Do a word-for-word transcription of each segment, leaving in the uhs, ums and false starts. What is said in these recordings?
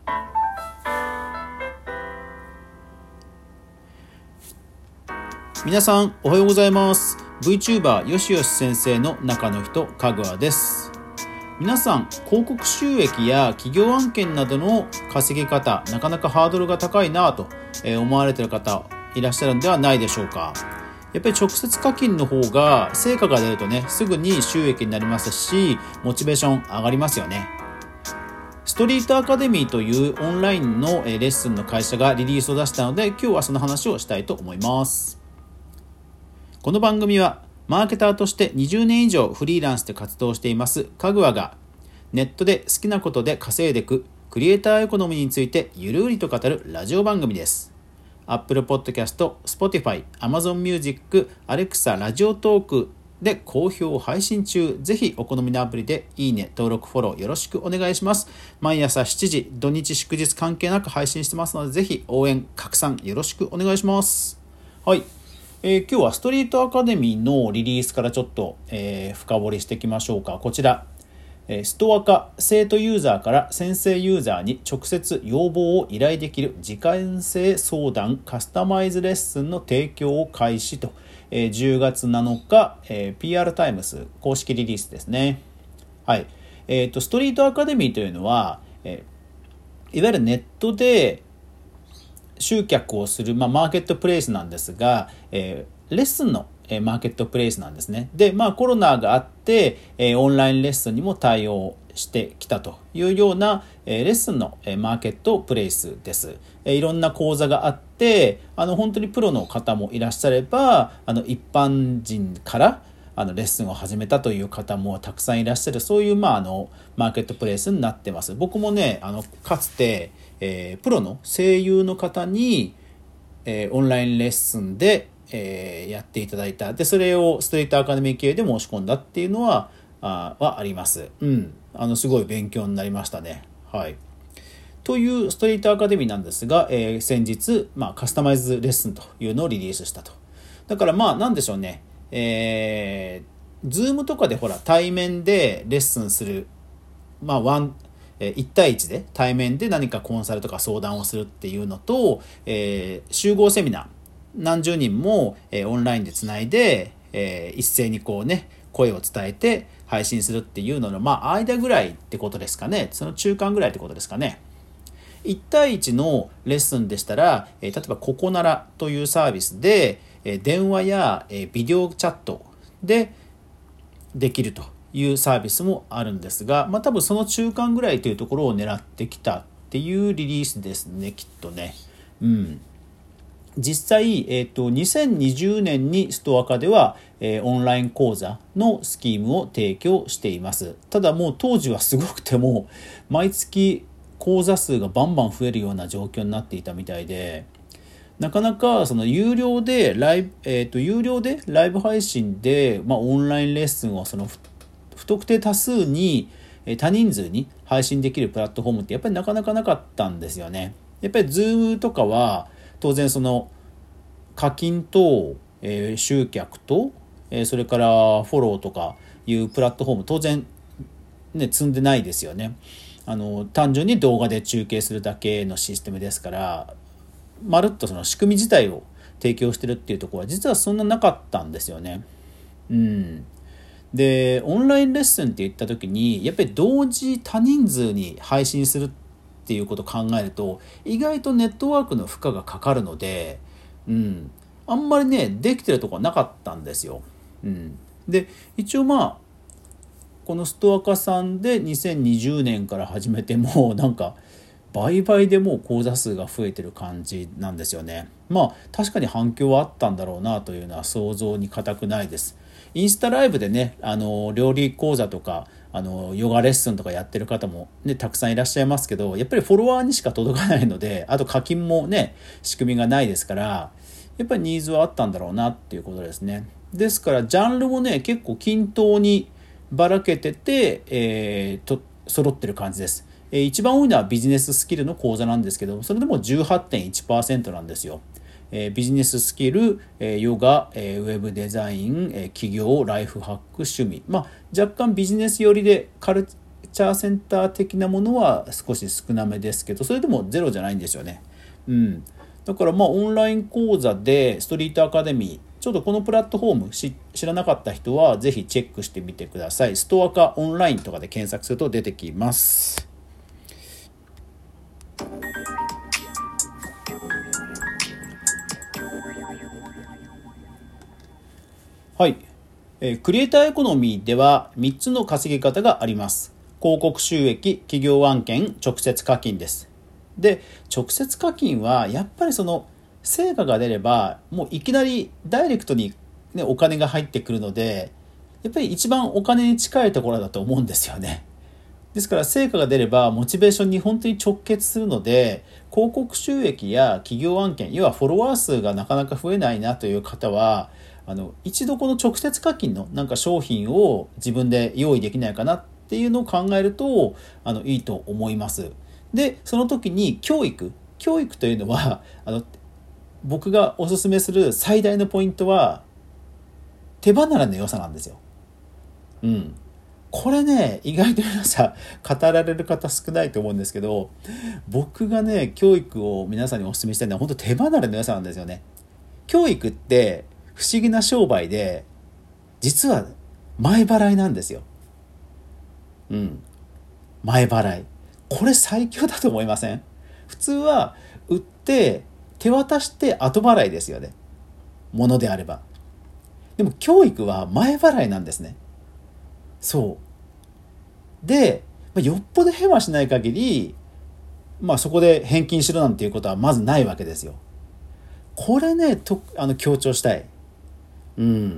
皆さんおはようございます。 VTuber よしよし先生の中の人かぐわです。皆さん広告収益や企業案件などの稼ぎ方、なかなかハードルが高いなと思われている方いらっしゃるのではないでしょうか。やっぱり直接課金の方が成果が出るとね、すぐに収益になりますし、モチベーション上がりますよね。ストリートアカデミーというオンラインのレッスンの会社がリリースを出したので、今日はその話をしたいと思います。この番組はマーケターとしてにじゅうねん以上フリーランスで活動していますかぐわが、ネットで好きなことで稼いでいくクリエイターエコノミーについてゆるりと語るラジオ番組です。Apple Podcast、Spotify、Amazon Music、Alexa、ラジオトークで好評配信中。ぜひお好みのアプリでいいね、登録、フォローよろしくお願いします。毎朝しちじ、土日祝日関係なく配信してますので、ぜひ応援、拡散よろしくお願いします。はい。えー、今日はストリートアカデミーのリリースからちょっと、えー、深掘りしていきましょうか。こちら、えー、ストア化、生徒ユーザーから先生ユーザーに直接要望を依頼できる時間制相談カスタマイズレッスンの提供を開始と、えー、じゅうがつなのか、えー、ピーアール タイムズ公式リリースですね。はい。えーと、ストリートアカデミーというのは、えー、いわゆるネットで集客をする、まあ、マーケットプレイスなんですが、えー、レッスンの、えー、マーケットプレイスなんですね。で、まあコロナがあって、えー、オンラインレッスンにも対応してきたというような、えー、レッスンの、えー、マーケットプレイスです。えー、いろんな講座があって、あの本当にプロの方もいらっしゃれば、あの一般人からあのレッスンを始めたという方もたくさんいらっしゃる、そういう、まあ、あのマーケットプレイスになってます。僕もね、あのかつて、えー、プロの声優の方に、えー、オンラインレッスンで、えー、やっていただいた。で、それをストリートアカデミー系で申し込んだっていうのは、あはあります。うん。あの、すごい勉強になりましたね。はい。というストリートアカデミーなんですが、えー、先日、まあ、カスタマイズレッスンというのをリリースしたと。だからまあ、なんでしょうね。えー、ズームとかでほら、対面でレッスンする、まあ、ワン、いち対いちで対面で何かコンサルとか相談をするっていうのと、えー、集合セミナー何十人も、えー、オンラインでつないで、えー、一斉にこうね声を伝えて配信するっていうののまあ間ぐらいってことですかね。その中間ぐらいってことですかね。いち対いちのレッスンでしたら、えー、例えばココナラというサービスで、えー、電話や、えー、ビデオチャットでできるというサービスもあるんですが、まあ多分その中間ぐらいというところを狙ってきたっていうリリースですね、きっとね。うん。実際、えっと、にせんにじゅうねんにストア化では、えー、オンライン講座のスキームを提供しています。ただもう当時はすごくても、毎月講座数がバンバン増えるような状況になっていたみたいで、なかなかその有料でライブ、えっと、有料でライブ配信で、まあ、オンラインレッスンをその不特定多数に多人数に配信できるプラットフォームってやっぱりなかなかなかったんですよね。やっぱり Zoom とかは当然その課金と、えー、集客と、えー、それからフォローとかいうプラットフォーム当然ね積んでないですよね。あの単純に動画で中継するだけのシステムですから、まるっとその仕組み自体を提供してるっていうところは実はそんななかったんですよね。うん。でオンラインレッスンって言った時にやっぱり同時多人数に配信するっていうことを考えると意外とネットワークの負荷がかかるので、うん、あんまりねできてるところなかったんですよ。うん、で一応まあこのストア化さんでにせんにじゅうねんから始めてもなんか倍々でもう講座数が増えてる感じなんですよね。まあ確かに反響はあったんだろうなというのは想像に難くないです。インスタライブでね、あの料理講座とかあのヨガレッスンとかやってる方もねたくさんいらっしゃいますけど、やっぱりフォロワーにしか届かないので、あと課金もね仕組みがないですから、やっぱりニーズはあったんだろうなっていうことですね。ですからジャンルもね結構均等にばらけてて、えー、と揃ってる感じです。えー、一番多いのはビジネススキルの講座なんですけど、それでも じゅうはちてんいちパーセント なんですよ。えー、ビジネススキル、えー、ヨガ、えー、ウェブデザイン、えー、企業、ライフハック、趣味、まあ、若干ビジネス寄りでカルチャーセンター的なものは少し少なめですけど、それでもゼロじゃないんですよね。うん、だからまあオンライン講座でストリートアカデミー、ちょっとこのプラットフォーム知らなかった人はぜひチェックしてみてください。ストアカオンラインとかで検索すると出てきます。はい、えー、クリエイターエコノミーではみっつの稼ぎ方があります。広告収益、企業案件、直接課金です。で、直接課金はやっぱりその成果が出ればもういきなりダイレクトに、ね、お金が入ってくるので、やっぱり一番お金に近いところだと思うんですよね。ですから成果が出ればモチベーションに本当に直結するので、広告収益や企業案件、要はフォロワー数がなかなか増えないなという方は、あの一度この直接課金のなんか商品を自分で用意できないかなっていうのを考えるとあのいいと思います。で、その時に教育教育というのはあの僕がおすすめする最大のポイントは手離れの良さなんですよ。うん。これね、意外と皆さん語られる方少ないと思うんですけど、僕がね教育を皆さんにお勧めしたいのは本当手離れの良さなんですよね。教育って不思議な商売で、実は前払いなんですよ。うん。前払い。これ最強だと思いません？普通は売って手渡して後払いですよね。ものであれば。でも教育は前払いなんですね。そう。で、よっぽどヘマしない限り、まあそこで返金しろなんていうことはまずないわけですよ。これね、とあの強調したい。うん。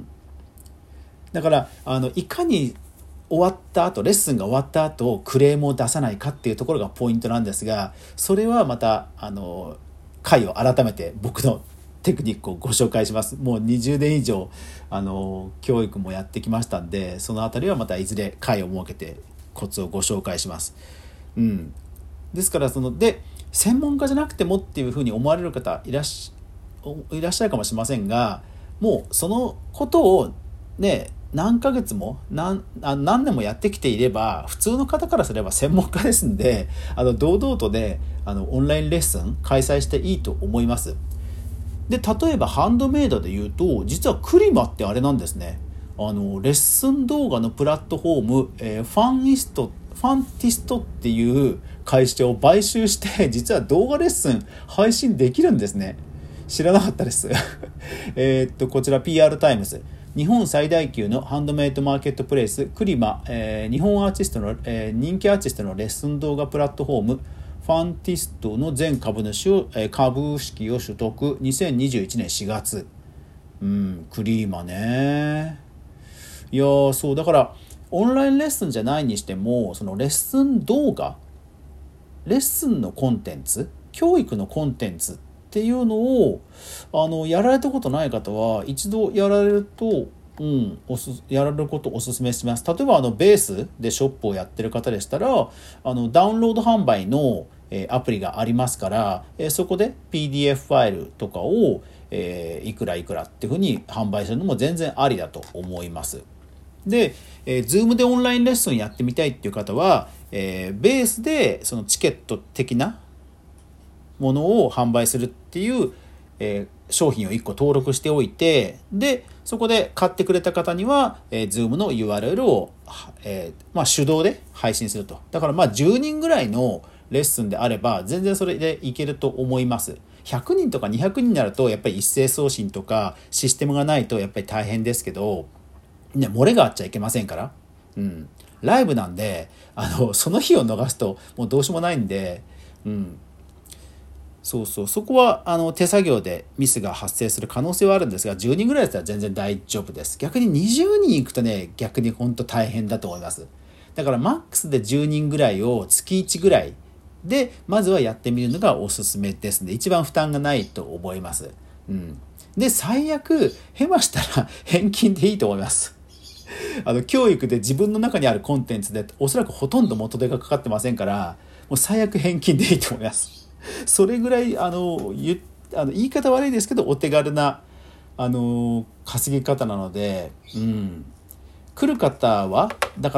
だからあのいかに終わった後レッスンが終わった後クレームを出さないかっていうところがポイントなんですが、それはまたあの回を改めて僕のテクニックをご紹介します。もうにじゅうねん以上あの教育もやってきましたんで、そのあたりはまたいずれ回を設けてコツをご紹介します。うん。ですからそので専門家じゃなくてもっていうふうに思われる方いらっしいらっしゃるかもしれませんが、もうそのことをね何ヶ月も 何, 何年もやってきていれば普通の方からすれば専門家ですんで、あの堂々とねあのオンラインレッスン開催していいと思います。で、例えばハンドメイドで言うと、実はクリマってあれなんですね。あのレッスン動画のプラットフォーム、えー、ファンイストファンティストっていう会社を買収して実は動画レッスン配信できるんですね。知らなかったですえっとこちら ピーアール タイムズ、日本最大級のハンドメイドマーケットプレイスクリマ、えー、日本アーティストの、えー、人気アーティストのレッスン動画プラットフォームファンティストの全株主を、えー、株式を取得にせんにじゅういちねんしがつ。うん、クリマね。いやー、そうだからオンラインレッスンじゃないにしても、そのレッスン動画、レッスンのコンテンツ、教育のコンテンツっていうのをあのやられたことない方は一度やられると、うん、おすやられることをお勧めします。例えばあのベースでショップをやってる方でしたら、あのダウンロード販売の、えー、アプリがありますから、えー、そこで ピーディーエフ ファイルとかを、えー、いくらいくらっていうふうに販売するのも全然ありだと思います。で、えー、Zoom でオンラインレッスンやってみたいっていう方は、えー、ベースでそのチケット的なものを販売するっていう、えー、商品をいっこ登録しておいて、でそこで買ってくれた方には、えー、Zoom の ユーアールエル を、えーまあ、手動で配信すると。だからまあじゅうにんぐらいのレッスンであれば全然それでいけると思います。ひゃくにんとかにひゃくにんになるとやっぱり一斉送信とかシステムがないとやっぱり大変ですけど、ね、漏れがあっちゃいけませんから、うん、ライブなんであのその日を逃すともうどうしようもないんで、うん、そうそう、そこはあの手作業でミスが発生する可能性はあるんですが、じゅうにんぐらいだったら全然大丈夫です。逆ににじゅうにんいくとね、逆に本当大変だと思います。だからマックスでじゅうにんぐらいを月いちぐらいでまずはやってみるのがおすすめですね。一番負担がないと思います。うん、で最悪ヘマしたら返金でいいと思います。あの教育で自分の中にあるコンテンツでおそらくほとんど元手がかかってませんから、もう最悪返金でいいと思います。それぐらいあの言あの言い方悪いですけどお手軽なあの稼ぎ方なので、うん、来る方はだから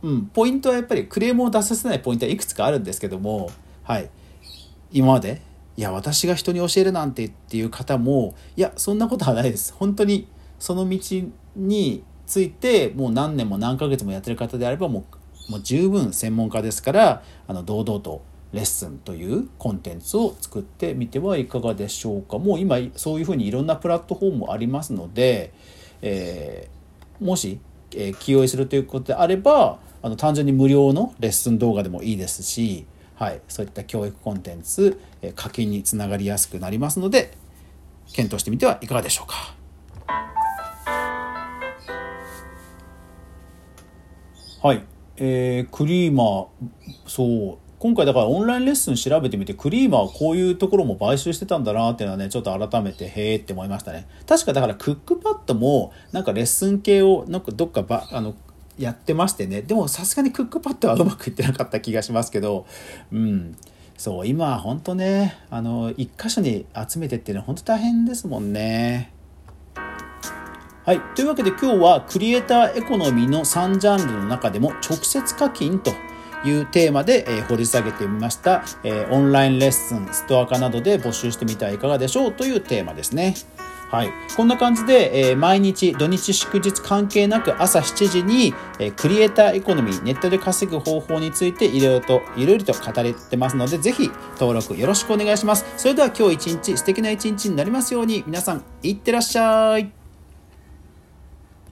うん、ポイントはやっぱりクレームを出させないポイントはいくつかあるんですけども、はい、今までいや私が人に教えるなんてっていう方も、いやそんなことはないです。本当にその道についてもう何年も何ヶ月もやってる方であればもう、もう十分専門家ですから、あの堂々とレッスンというコンテンツを作ってみてはいかがでしょうか。もう今そういうふうにいろんなプラットフォームもありますので、えー、もし、えー、起用するということであれば、あの単純に無料のレッスン動画でもいいですし、はい、そういった教育コンテンツ、えー、課金につながりやすくなりますので、検討してみてはいかがでしょうか。はい、えー、クリーマー、そう今回だからオンラインレッスン調べてみて、クリーマーはこういうところも買収してたんだなっていうのはね、ちょっと改めてへーって思いましたね。確かだからクックパッドもなんかレッスン系をなんかどっかばあのやってましてね。でもさすがにクックパッドはうまくいってなかった気がしますけど、うんそう今は本当ね、あの一箇所に集めてっていうのは本当大変ですもんね。はい、というわけで今日はクリエイターエコノミーのさんジャンルの中でも直接課金というテーマで、えー、掘り下げてみました、えー、オンラインレッスンストア化などで募集してみてはいかがでしょうというテーマですね。はい、こんな感じで、えー、毎日土日祝日関係なく朝しちじに、えー、クリエイターエコノミーネットで稼ぐ方法についていろいろといろいろと語れてますので、ぜひ登録よろしくお願いします。それでは今日一日素敵な一日になりますように。皆さんいってらっしゃい。